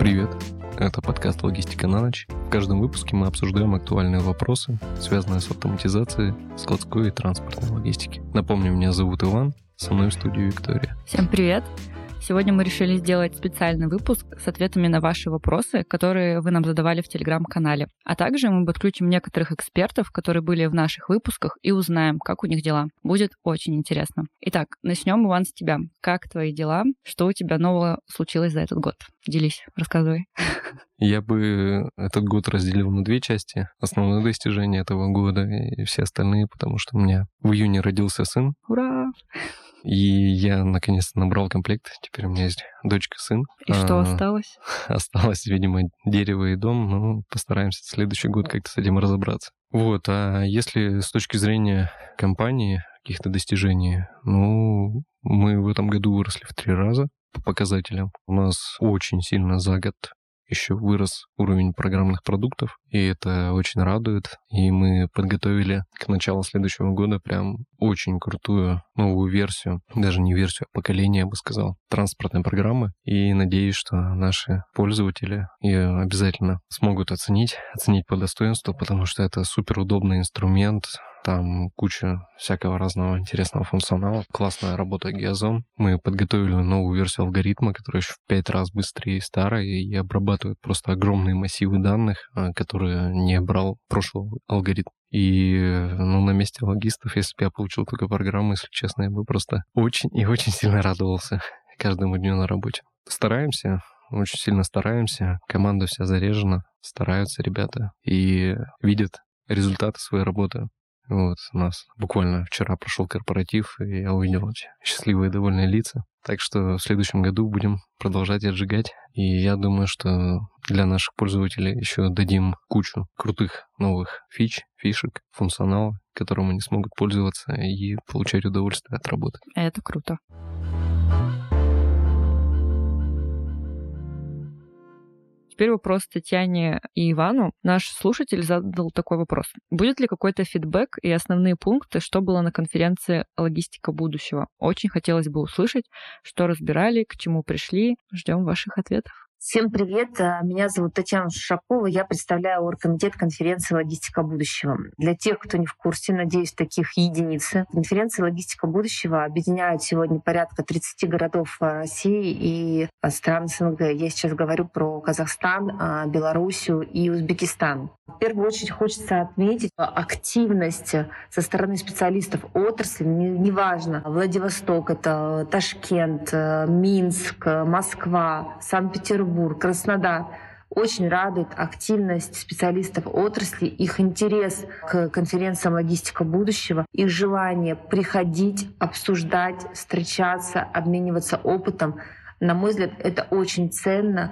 Привет, это подкаст «Логистика на ночь». В каждом выпуске мы обсуждаем актуальные вопросы, связанные с автоматизацией складской и транспортной логистики. Напомню, меня зовут Иван, со мной в студии Виктория. Всем привет! Сегодня мы решили сделать специальный выпуск с ответами на ваши вопросы, которые вы нам задавали в Телеграм-канале. А также мы подключим некоторых экспертов, которые были в наших выпусках, и узнаем, как у них дела. Будет очень интересно. Итак, начнем, Иван, с тебя. Как твои дела? Что у тебя нового случилось за этот год? Делись, рассказывай. Я бы этот год разделил на две части. Основные достижения этого года и все остальные, потому что у меня в июне родился сын. Ура! И я наконец-то набрал комплект. Теперь у меня есть дочка, сын. И что осталось? Осталось, видимо, дерево и дом. Но постараемся в следующий год как-то с этим разобраться. Вот. А если с точки зрения компании, каких-то достижений, мы в этом году выросли в 3 раза по показателям. У нас очень сильно за год еще вырос уровень программных продуктов, и это очень радует. И мы подготовили к началу следующего года прям очень крутую новую версию, даже не версию, а поколение, я бы сказал, транспортной программы. И надеюсь, что наши пользователи ее обязательно смогут оценить по достоинству, потому что это суперудобный инструмент. Там куча всякого разного интересного функционала. Классная работа Геозон. Мы подготовили новую версию алгоритма, которая еще в 5 раз быстрее старой и обрабатывает просто огромные массивы данных, которые не брал прошлый алгоритм. И на месте логистов, если бы я получил такую программу, если честно, я бы просто очень и очень сильно радовался каждому дню на работе. Стараемся, очень сильно стараемся. Команда вся заряжена, стараются ребята и видят результаты своей работы. Вот, у нас буквально вчера прошел корпоратив, и я увидел эти счастливые, довольные лица. Так что в следующем году будем продолжать отжигать. И я думаю, что для наших пользователей еще дадим кучу крутых новых фишек, функционала, которым они смогут пользоваться и получать удовольствие от работы. Это круто. Теперь вопрос Татьяне и Ивану. Наш слушатель задал такой вопрос. Будет ли какой-то фидбэк и основные пункты, что было на конференции «Логистика будущего»? Очень хотелось бы услышать, что разбирали, к чему пришли. Ждем ваших ответов. Всем привет, меня зовут Татьяна Шишакова, я представляю оргкомитет конференции «Логистика будущего». Для тех, кто не в курсе, надеюсь, таких единицы. Конференция «Логистика будущего» объединяет сегодня порядка 30 городов России и стран СНГ. Я сейчас говорю про Казахстан, Белоруссию и Узбекистан. В первую очередь хочется отметить активность со стороны специалистов отрасли. Неважно, Владивосток, это Ташкент, Минск, Москва, Санкт-Петербург, Краснодар. Очень радует активность специалистов отрасли, их интерес к конференциям «Логистика будущего», их желание приходить, обсуждать, встречаться, обмениваться опытом. На мой взгляд, это очень ценно,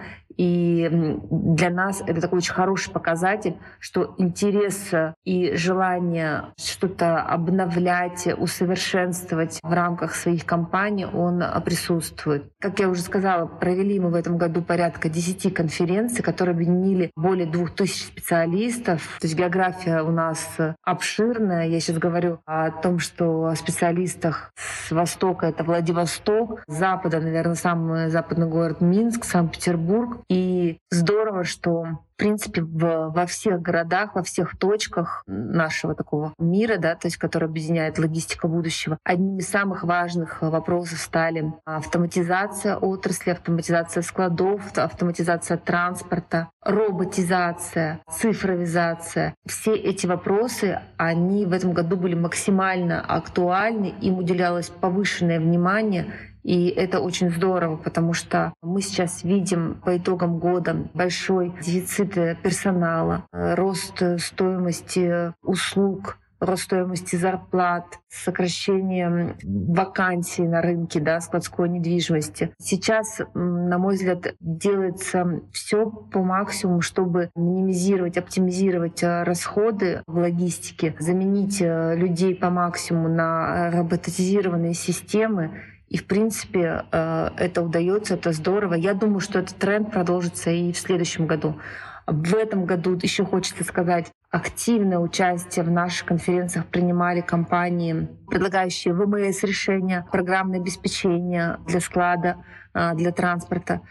и для нас это такой очень хороший показатель, что интерес и желание что-то обновлять, усовершенствовать в рамках своих компаний, он присутствует. Как я уже сказала, провели мы в этом году порядка 10 конференций, которые объединили более 2000 специалистов. То есть география у нас обширная. Я сейчас говорю о том, что о специалистах с востока — это Владивосток, с запада, наверное, самый западный город Минск, Санкт-Петербург. И здорово, что в принципе во всех городах, во всех точках нашего такого мира, да, то есть который объединяет логистика будущего, одним из самых важных вопросов стали автоматизация отрасли, автоматизация складов, автоматизация транспорта, роботизация, цифровизация. Все эти вопросы, они в этом году были максимально актуальны, им уделялось повышенное внимание. И это очень здорово, потому что мы сейчас видим по итогам года большой дефицит персонала, рост стоимости услуг, рост стоимости зарплат, сокращение вакансий на рынке, да, складской недвижимости. Сейчас, на мой взгляд, делается все по максимуму, чтобы минимизировать, оптимизировать расходы в логистике, заменить людей по максимуму на роботизированные системы. И, в принципе, это удается, это здорово. Я думаю, что этот тренд продолжится и в следующем году. В этом году, еще хочется сказать, активное участие в наших конференциях принимали компании, предлагающие ВМС-решения, программное обеспечение для склада, для транспорта.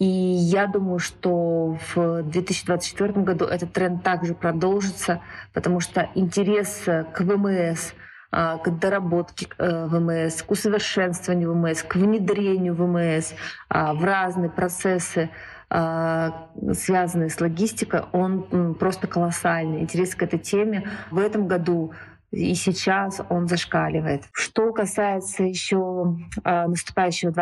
И я думаю, что в 2024 году этот тренд также продолжится, потому что интерес к ВМС, к доработке ВМС, к усовершенствованию ВМС, к внедрению ВМС в разные процессы, связанные с логистикой, он просто колоссальный. Интерес к этой теме в этом году и сейчас он зашкаливает. Что касается еще наступающего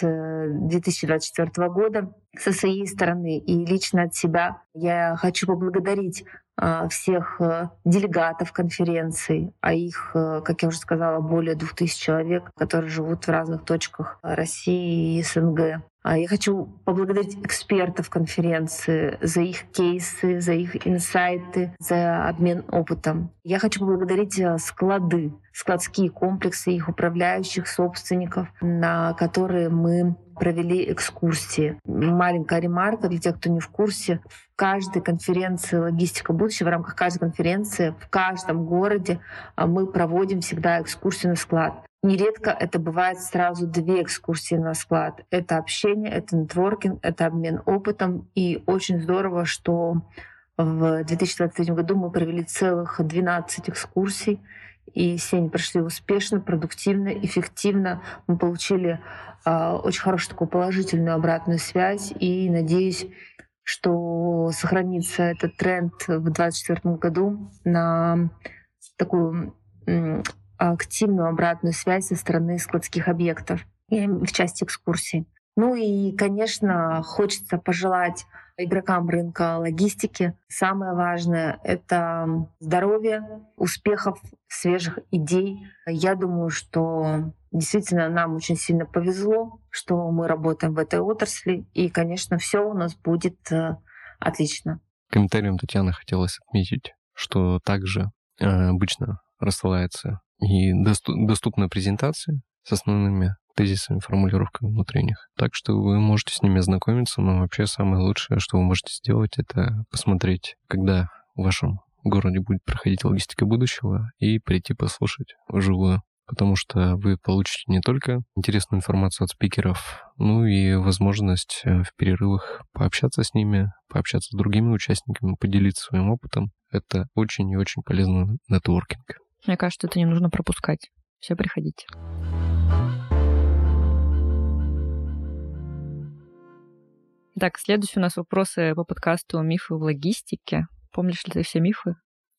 2024 года, со своей стороны и лично от себя я хочу поблагодарить всех делегатов конференции, а их, как я уже сказала, более 2000 человек, которые живут в разных точках России и СНГ. Я хочу поблагодарить экспертов конференции за их кейсы, за их инсайты, за обмен опытом. Я хочу поблагодарить склады, складские комплексы, их управляющих, собственников, на которые мы провели экскурсии. Маленькая ремарка для тех, кто не в курсе. В каждой конференции «Логистика будущего», в рамках каждой конференции, в каждом городе мы проводим всегда экскурсию на склад. Нередко это бывает сразу 2 экскурсии на склад. Это общение, это нетворкинг, это обмен опытом. И очень здорово, что в 2023 году мы провели целых 12 экскурсий. И все они прошли успешно, продуктивно, эффективно. Мы получили очень хорошую такую положительную обратную связь. И надеюсь, что сохранится этот тренд в 2024 году на такую активную обратную связь со стороны складских объектов в части экскурсий. Ну и, конечно, хочется пожелать игрокам рынка логистики. Самое важное — это здоровье, успехов, свежих идей. Я думаю, что действительно нам очень сильно повезло, что мы работаем в этой отрасли. И, конечно, все у нас будет отлично. Комментарием Татьяны хотелось отметить, что также обычно рассылается и доступна презентация с основными тезисами, формулировками внутри них. Так что вы можете с ними ознакомиться, но вообще самое лучшее, что вы можете сделать, это посмотреть, когда в вашем городе будет проходить логистика будущего, и прийти послушать вживую. Потому что вы получите не только интересную информацию от спикеров, но и возможность в перерывах пообщаться с ними, пообщаться с другими участниками, поделиться своим опытом. Это очень и очень полезный нетворкинг. Мне кажется, это не нужно пропускать. Все, приходите. Так, следующие у нас вопросы по подкасту «Мифы в логистике». Помнишь ли ты все мифы?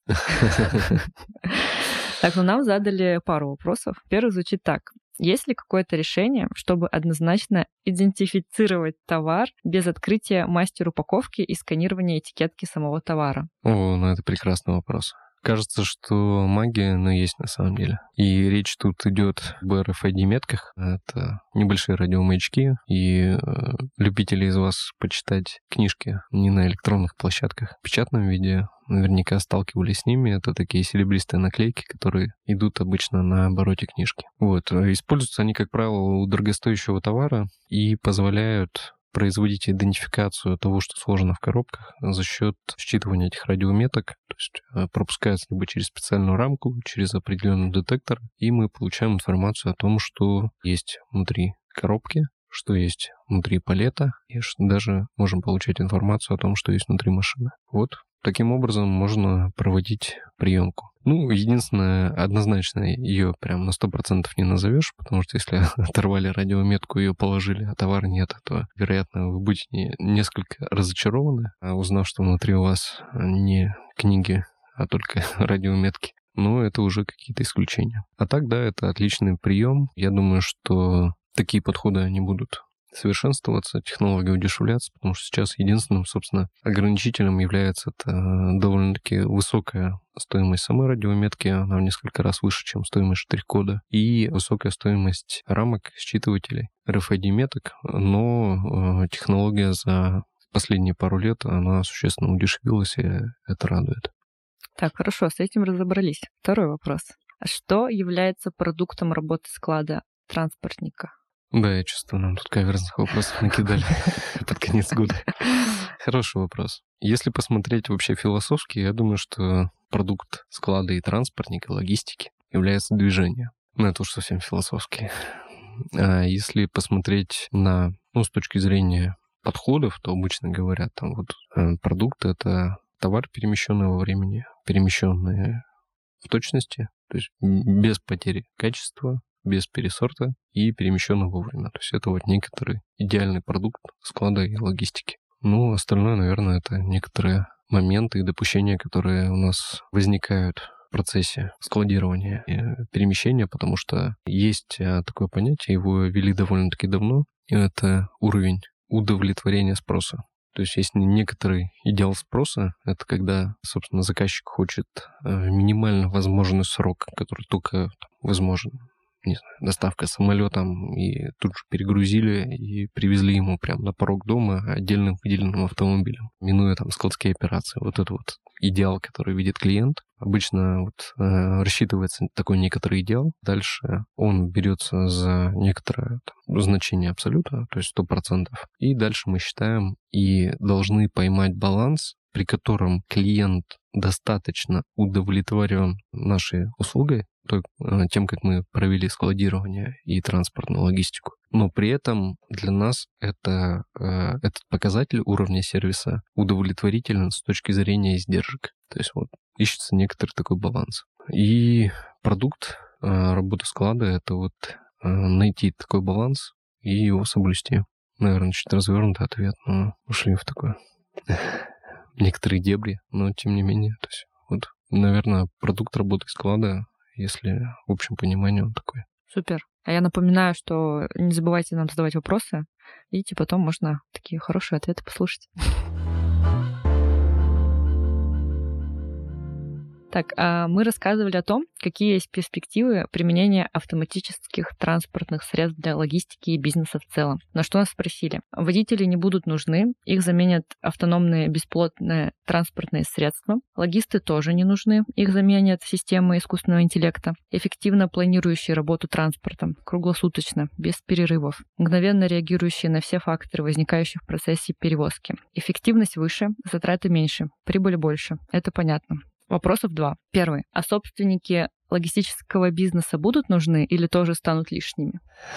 Так, ну нам задали пару вопросов. Первый звучит так. Есть ли какое-то решение, чтобы однозначно идентифицировать товар без открытия мастеру упаковки и сканирования этикетки самого товара? Ну это прекрасный вопрос. Кажется, что магия, но есть на самом деле. И речь тут идет об RFID-метках. Это небольшие радиомаячки. И любители из вас почитать книжки не на электронных площадках, в печатном виде наверняка сталкивались с ними. Это такие серебристые наклейки, которые идут обычно на обороте книжки. Вот. Используются они, как правило, у дорогостоящего товара и позволяют производить идентификацию того, что сложено в коробках, за счет считывания этих радиометок. То есть пропускается либо через специальную рамку, через определенный детектор, и мы получаем информацию о том, что есть внутри коробки, что есть внутри палета, и даже можем получать информацию о том, что есть внутри машины. Вот. Таким образом можно проводить приемку. Ну, единственное, однозначно ее прям на 100% не назовешь, потому что если оторвали радиометку и ее положили, а товара нет, то, вероятно, вы будете несколько разочарованы, узнав, что внутри у вас не книги, а только радиометки. Но это уже какие-то исключения. А так, да, это отличный прием. Я думаю, что такие подходы, они будут совершенствоваться, технологии удешевляться, потому что сейчас единственным, собственно, ограничителем является это довольно-таки высокая стоимость самой радиометки, она в несколько раз выше, чем стоимость штрих-кода, и высокая стоимость рамок, считывателей, RFID-меток, но технология за последние пару лет, она существенно удешевилась, и это радует. Так, хорошо, с этим разобрались. Второй вопрос. А что является продуктом работы склада транспортника? Да, я чувствую, нам тут каверзных вопросов накидали под конец года. Хороший вопрос. Если посмотреть вообще философски, я думаю, что продукт склада и транспортника, логистики, является движение. Ну, это уж совсем философски. А если посмотреть на, с точки зрения подходов, то обычно говорят, там вот продукт — это товар, перемещенный во времени, перемещенный в точности, то есть без потери качества, без пересорта и перемещенный вовремя. То есть это вот некоторый идеальный продукт склада и логистики. Ну, остальное, наверное, это некоторые моменты и допущения, которые у нас возникают в процессе складирования и перемещения, потому что есть такое понятие, его ввели довольно-таки давно, и это уровень удовлетворения спроса. То есть есть некоторый идеал спроса, это когда, собственно, заказчик хочет минимально возможный срок, который только возможен. Не знаю, доставка самолетом, и тут же перегрузили и привезли ему прямо на порог дома отдельным выделенным автомобилем, минуя там складские операции. Вот это вот идеал, который видит клиент. Обычно вот рассчитывается такой некоторый идеал. Дальше он берется за некоторое значение абсолюта, то есть 100%. И дальше мы считаем и должны поймать баланс, при котором клиент достаточно удовлетворен нашей услугой, тем, как мы провели складирование и транспортную логистику. Но при этом для нас этот показатель уровня сервиса удовлетворителен с точки зрения издержек. То есть вот ищется некоторый такой баланс. И продукт работы склада — это вот найти такой баланс и его соблюсти. Наверное, чуть развернутый ответ, но ушли в такое некоторые дебри, но тем не менее. То есть вот, наверное, продукт работы склада, если в общем понимании он такой. Супер. А я напоминаю, что не забывайте нам задавать вопросы, и потом можно такие хорошие ответы послушать. Так, мы рассказывали о том, какие есть перспективы применения автоматических транспортных средств для логистики и бизнеса в целом. На что нас спросили. Водители не будут нужны, их заменят автономные беспилотные транспортные средства. Логисты тоже не нужны, их заменят системы искусственного интеллекта, эффективно планирующие работу транспортом, круглосуточно, без перерывов, мгновенно реагирующие на все факторы, возникающие в процессе перевозки. Эффективность выше, затраты меньше, прибыль больше. Это понятно. Вопросов 2. Первый. А собственники логистического бизнеса будут нужны или тоже станут лишними?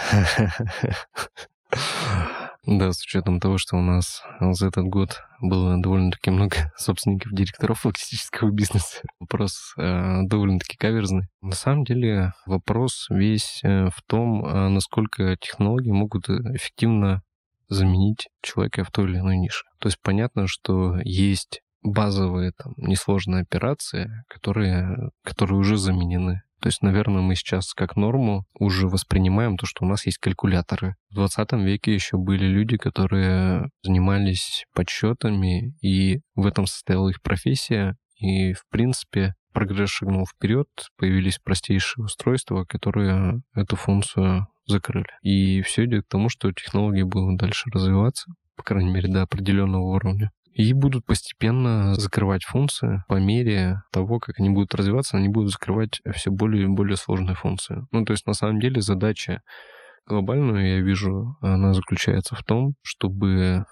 Да, с учетом того, что у нас за этот год было довольно-таки много собственников, директоров логистического бизнеса, вопрос довольно-таки каверзный. На самом деле вопрос весь в том, насколько технологии могут эффективно заменить человека в той или иной нише. То есть понятно, что есть базовые несложные операции, которые уже заменены. То есть, наверное, мы сейчас как норму уже воспринимаем то, что у нас есть калькуляторы. В 20 веке еще были люди, которые занимались подсчетами, и в этом состояла их профессия. И, в принципе, прогресс шагнул вперед, появились простейшие устройства, которые эту функцию закрыли. И все идет к тому, что технологии будут дальше развиваться, по крайней мере, до определенного уровня. И будут постепенно закрывать функции по мере того, как они будут развиваться, они будут закрывать все более и более сложные функции. Ну, то есть, на самом деле, задача глобальную, я вижу, она заключается в том, чтобы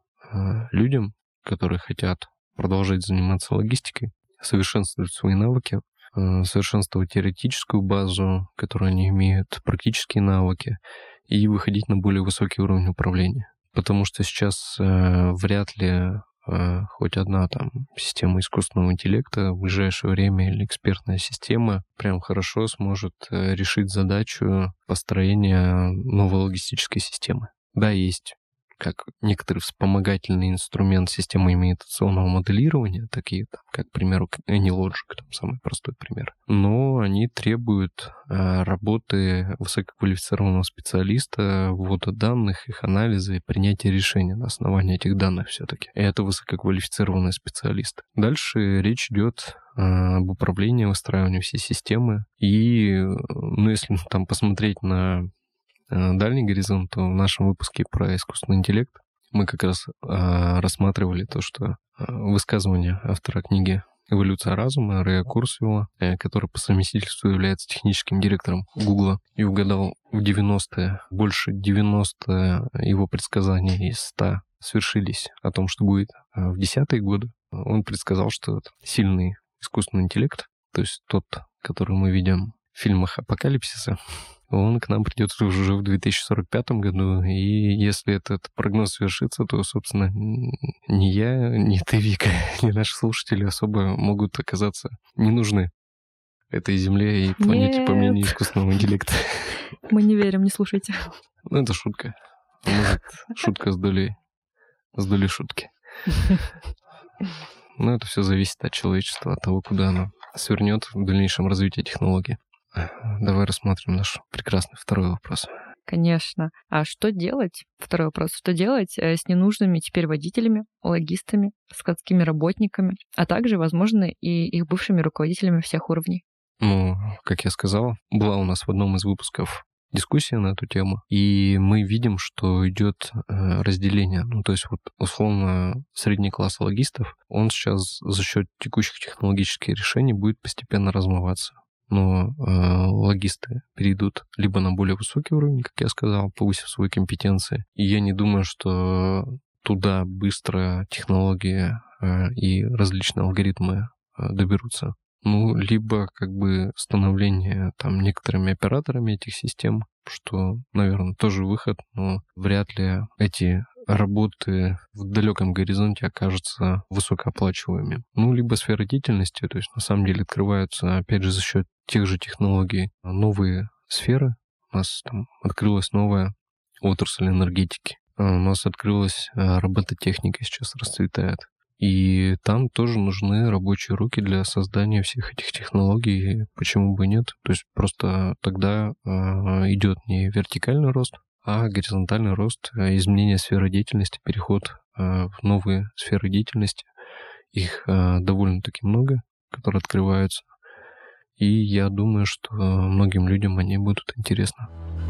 людям, которые хотят продолжать заниматься логистикой, совершенствовать свои навыки, совершенствовать теоретическую базу, которую они имеют, практические навыки, и выходить на более высокий уровень управления. Потому что сейчас вряд ли хоть одна система искусственного интеллекта в ближайшее время или экспертная система прям хорошо сможет решить задачу построения новой логистической системы. Да, есть как некоторый вспомогательный инструмент системы имитационного моделирования, такие как, к примеру, AnyLogic, самый простой пример. Но они требуют работы высококвалифицированного специалиста, ввода данных, их анализа и принятия решения на основании этих данных все-таки. И это высококвалифицированные специалисты. Дальше речь идет об управлении, выстраивании всей системы. И, если посмотреть на дальний горизонт, то в нашем выпуске про искусственный интеллект мы как раз рассматривали то, что высказывание автора книги «Эволюция разума» Рэя Курцвелла, который по совместительству является техническим директором Гугла и угадал в 90-е, больше 90 его предсказаний из 100 свершились о том, что будет в 10-е годы. Он предсказал, что сильный искусственный интеллект, то есть тот, который мы видим фильмах апокалипсиса, он к нам придет уже в 2045 году, и если этот прогноз свершится, то, собственно, ни я, ни ты, Вика, ни наши слушатели особо могут оказаться не нужны этой Земле и планете, по мнению искусственного интеллекта. Мы не верим, не слушайте. Ну, это шутка. Может, шутка с долей шутки. Но это все зависит от человечества, от того, куда оно свернет в дальнейшем развитии технологий. Давай рассмотрим наш прекрасный второй вопрос. Конечно. А что делать? Второй вопрос. Что делать с ненужными теперь водителями, логистами, складскими работниками, а также, возможно, и их бывшими руководителями всех уровней? Ну, как я сказал, была у нас в одном из выпусков дискуссия на эту тему, и мы видим, что идет разделение. Ну, то есть, вот, условно, средний класс логистов, он сейчас за счет текущих технологических решений будет постепенно размываться. Но логисты перейдут либо на более высокий уровень, как я сказал, повысив свои компетенции. И я не думаю, что туда быстро технологии и различные алгоритмы доберутся. Ну, либо как бы становление там некоторыми операторами этих систем, что, наверное, тоже выход, но вряд ли эти работы в далеком горизонте окажутся высокооплачиваемыми. Ну, либо сфера деятельности, то есть на самом деле открываются, опять же, за счет тех же технологий новые сферы. У нас там открылась новая отрасль энергетики. У нас открылась робототехника, сейчас расцветает. И там тоже нужны рабочие руки для создания всех этих технологий. Почему бы нет? То есть просто тогда идет не вертикальный рост, а горизонтальный рост, изменение сферы деятельности, переход в новые сферы деятельности. Их довольно-таки много, которые открываются. И я думаю, что многим людям они будут интересны.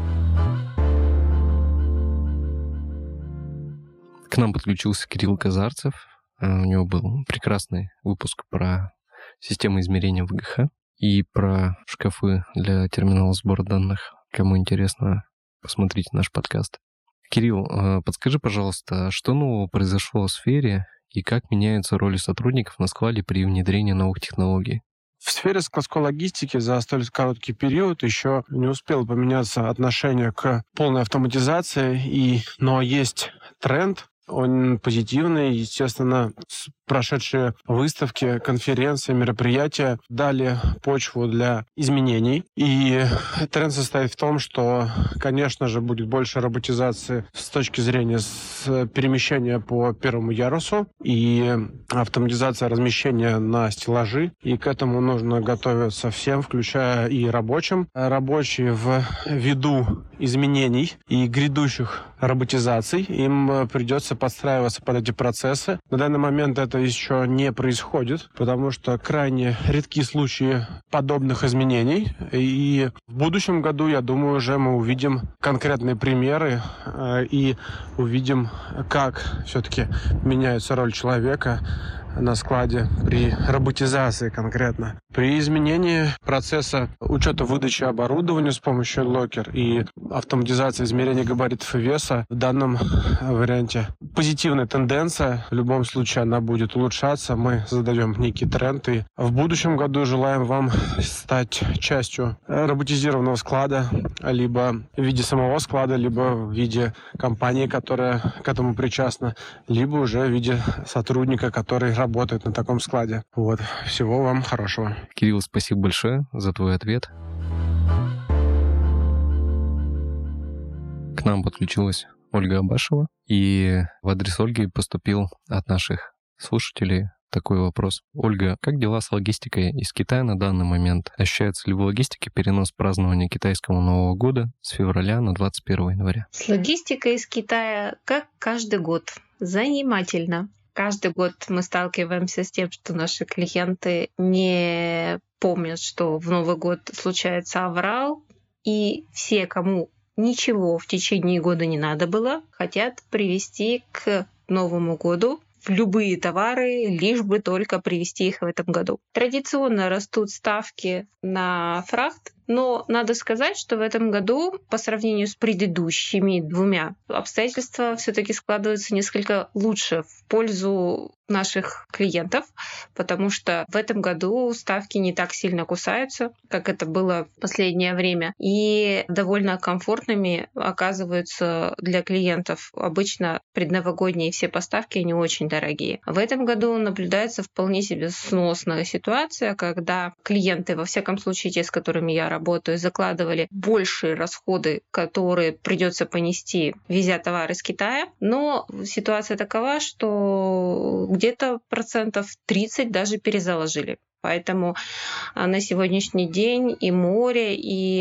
К нам подключился Кирилл Казарцев. У него был прекрасный выпуск про системы измерения ВГХ и про шкафы для терминала сбора данных. Кому интересно, посмотрите наш подкаст. Кирилл, подскажи, пожалуйста, что нового произошло в сфере и как меняются роли сотрудников на складе при внедрении новых технологий? В сфере складской логистики за столь короткий период еще не успело поменяться отношение к полной автоматизации, но есть тренд. Он позитивный, естественно, прошедшие выставки, конференции, мероприятия дали почву для изменений. И тренд состоит в том, что, конечно же, будет больше роботизации с точки зрения перемещения по первому ярусу и автоматизация размещения на стеллажи. И к этому нужно готовиться всем, включая и рабочим. Рабочие в виду изменений и грядущих роботизаций, им придется подстраиваться под эти процессы. На данный момент это еще не происходит, потому что крайне редки случаи подобных изменений. И в будущем году, я думаю, уже мы увидим конкретные примеры и увидим, как все-таки меняется роль человека на складе при роботизации конкретно. При изменении процесса учета выдачи оборудования с помощью локер и автоматизации измерения габаритов и веса в данном варианте позитивная тенденция. В любом случае она будет улучшаться. Мы задаем некий тренд. И в будущем году желаем вам стать частью роботизированного склада, либо в виде самого склада, либо в виде компании, которая к этому причастна, либо уже в виде сотрудника, который работает на таком складе. Вот. Всего вам хорошего. Кирилл, спасибо большое за твой ответ. К нам подключилась Ольга Абашева, и в адрес Ольги поступил от наших слушателей такой вопрос. Ольга, как дела с логистикой из Китая на данный момент? Ощущается ли в логистике перенос празднования китайского Нового года с февраля на 21 января? С логистикой из Китая, как каждый год, занимательно. Каждый год мы сталкиваемся с тем, что наши клиенты не помнят, что в Новый год случается аврал, и все, кому ничего в течение года не надо было, хотят привезти к Новому году в любые товары, лишь бы только привезти их в этом году. Традиционно растут ставки на фрахт, Но надо сказать, что в этом году по сравнению с предыдущими 2 обстоятельства все-таки складываются несколько лучше в пользу наших клиентов, потому что в этом году ставки не так сильно кусаются, как это было в последнее время, и довольно комфортными оказываются для клиентов. Обычно предновогодние все поставки, они очень дорогие. В этом году наблюдается вполне себе сносная ситуация, когда клиенты, во всяком случае те, с которыми я работаю, закладывали большие расходы, которые придется понести, везя товар из Китая, но ситуация такова, что где-то 30% даже перезаложили. Поэтому на сегодняшний день и море,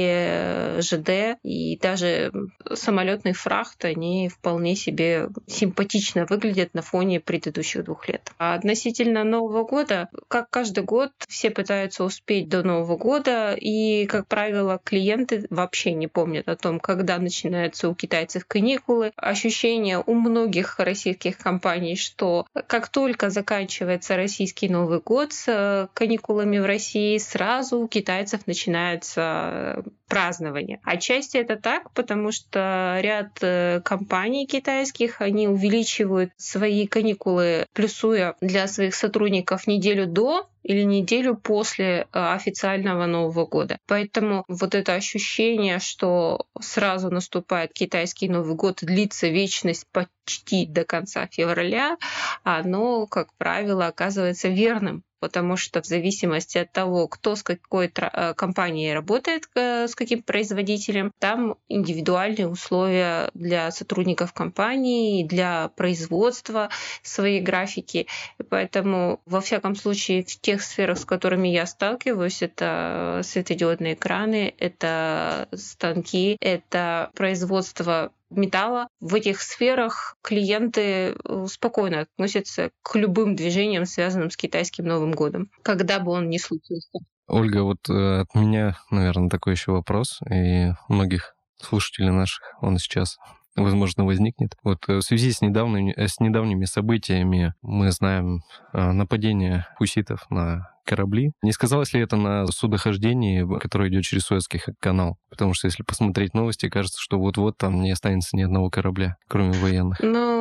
и ЖД, и даже самолетный фрахт, они вполне себе симпатично выглядят на фоне предыдущих 2 лет. А относительно Нового года, как каждый год, все пытаются успеть до Нового года, и, как правило, клиенты вообще не помнят о том, когда начинаются у китайцев каникулы. Ощущение у многих российских компаний, что как только заканчивается российский Новый год с каникулами в России, сразу у китайцев начинается празднование. Отчасти это так, потому что ряд компаний китайских, они увеличивают свои каникулы, плюсуя для своих сотрудников неделю до или неделю после официального Нового года. Поэтому вот это ощущение, что сразу наступает китайский Новый год, длится вечность почти до конца февраля, оно, как правило, оказывается верным. Потому что в зависимости от того, кто с какой компанией работает, с каким производителем, там индивидуальные условия для сотрудников компании, для производства, свои графики. И поэтому, во всяком случае, в тех сферах, с которыми я сталкиваюсь, это светодиодные экраны, это станки, это производство металла. В этих сферах клиенты спокойно относятся к любым движениям, связанным с китайским Новым годом, когда бы он ни случился. Ольга, вот от меня, наверное, такой еще вопрос, и у многих слушателей наших он сейчас, возможно, возникнет. Вот в связи с недавними событиями мы знаем нападение хуситов на корабли. Не сказалось ли это на судохождении, которое идет через Суэцкий канал? Потому что если посмотреть новости, кажется, что вот-вот там не останется ни одного корабля, кроме военных.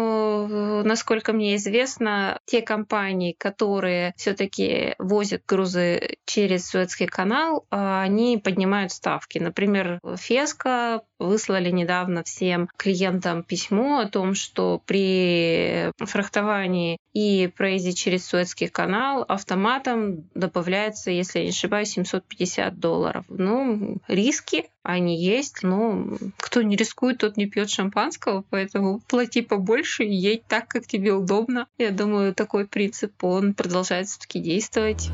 Насколько мне известно, те компании, которые все-таки возят грузы через Суэцкий канал, они поднимают ставки. Например, Феска выслали недавно всем клиентам письмо о том, что при фрахтовании и проезде через Суэцкий канал автоматом добавляется, если я не ошибаюсь, $750. Риски они есть, но кто не рискует, тот не пьет шампанского, поэтому плати побольше и едь так, как тебе удобно. Я думаю, такой принцип, он продолжает все-таки действовать.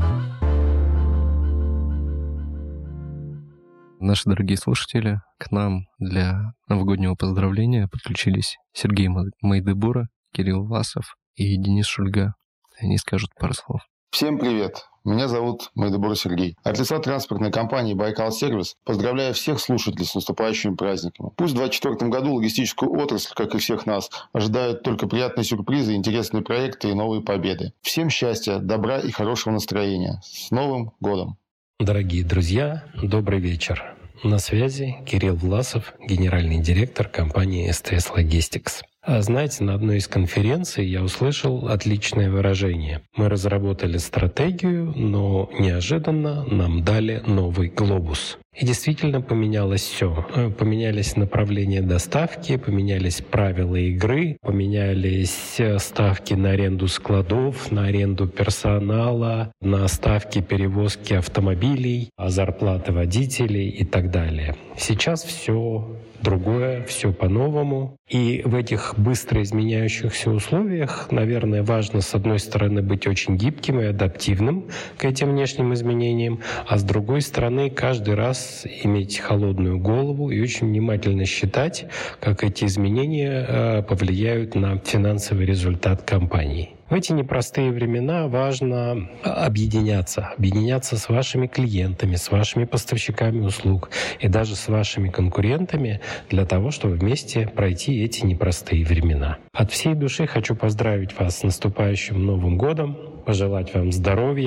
Наши дорогие слушатели, к нам для новогоднего поздравления подключились Сергей Майдебура, Кирилл Власов и Денис Шульга. Они скажут пару слов. Всем привет! Меня зовут Майдебура Сергей. От лица транспортной компании «Байкал Сервис» поздравляю всех слушателей с наступающими праздниками. Пусть в 2024 году логистическую отрасль, как и всех нас, ожидают только приятные сюрпризы, интересные проекты и новые победы. Всем счастья, добра и хорошего настроения. С Новым годом! Дорогие друзья, добрый вечер. На связи Кирилл Власов, генеральный директор компании STS Logistics. Знаете, на одной из конференций я услышал отличное выражение. Мы разработали стратегию, но неожиданно нам дали новый глобус. И действительно поменялось все. Поменялись направления доставки, поменялись правила игры, поменялись ставки на аренду складов, на аренду персонала, на ставки перевозки автомобилей, зарплаты водителей и так далее. Сейчас все другое, все по-новому. И в этих быстро изменяющихся условиях, наверное, важно, с одной стороны, быть очень гибким и адаптивным к этим внешним изменениям, а с другой стороны, каждый раз иметь холодную голову и очень внимательно считать, как эти изменения повлияют на финансовый результат компании. В эти непростые времена важно объединяться с вашими клиентами, с вашими поставщиками услуг и даже с вашими конкурентами для того, чтобы вместе пройти эти непростые времена. От всей души хочу поздравить вас с наступающим Новым годом, пожелать вам здоровья,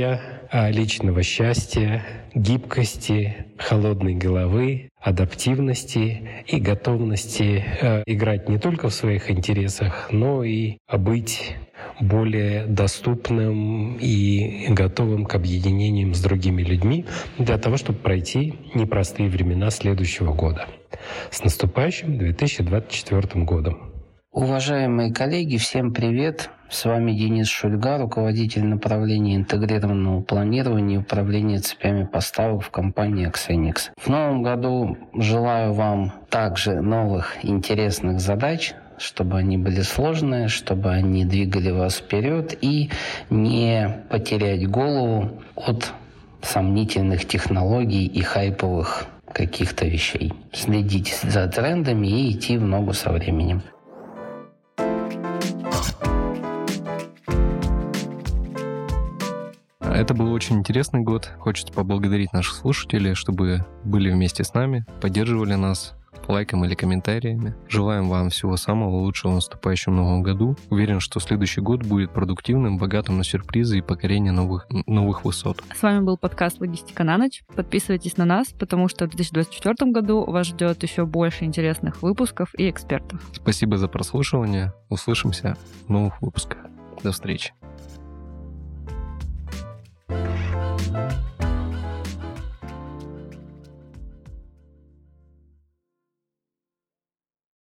личного счастья, гибкости, холодной головы, адаптивности и готовности играть не только в своих интересах, но и быть более доступным и готовым к объединениям с другими людьми для того, чтобы пройти непростые времена следующего года. С наступающим 2024 годом! Уважаемые коллеги, всем привет! С вами Денис Шульга, руководитель направления интегрированного планирования и управления цепями поставок в компании Axenix. В новом году желаю вам также новых интересных задач, чтобы они были сложные, чтобы они двигали вас вперед и не потерять голову от сомнительных технологий и хайповых каких-то вещей. Следить за трендами и идти в ногу со временем. Это был очень интересный год. Хочется поблагодарить наших слушателей, чтобы были вместе с нами, поддерживали нас лайком или комментариями. Желаем вам всего самого лучшего в наступающем новом году. Уверен, что следующий год будет продуктивным, богатым на сюрпризы и покорение новых высот. С вами был подкаст «Логистика на ночь». Подписывайтесь на нас, потому что в 2024 году вас ждет еще больше интересных выпусков и экспертов. Спасибо за прослушивание. Услышимся в новых выпусках. До встречи.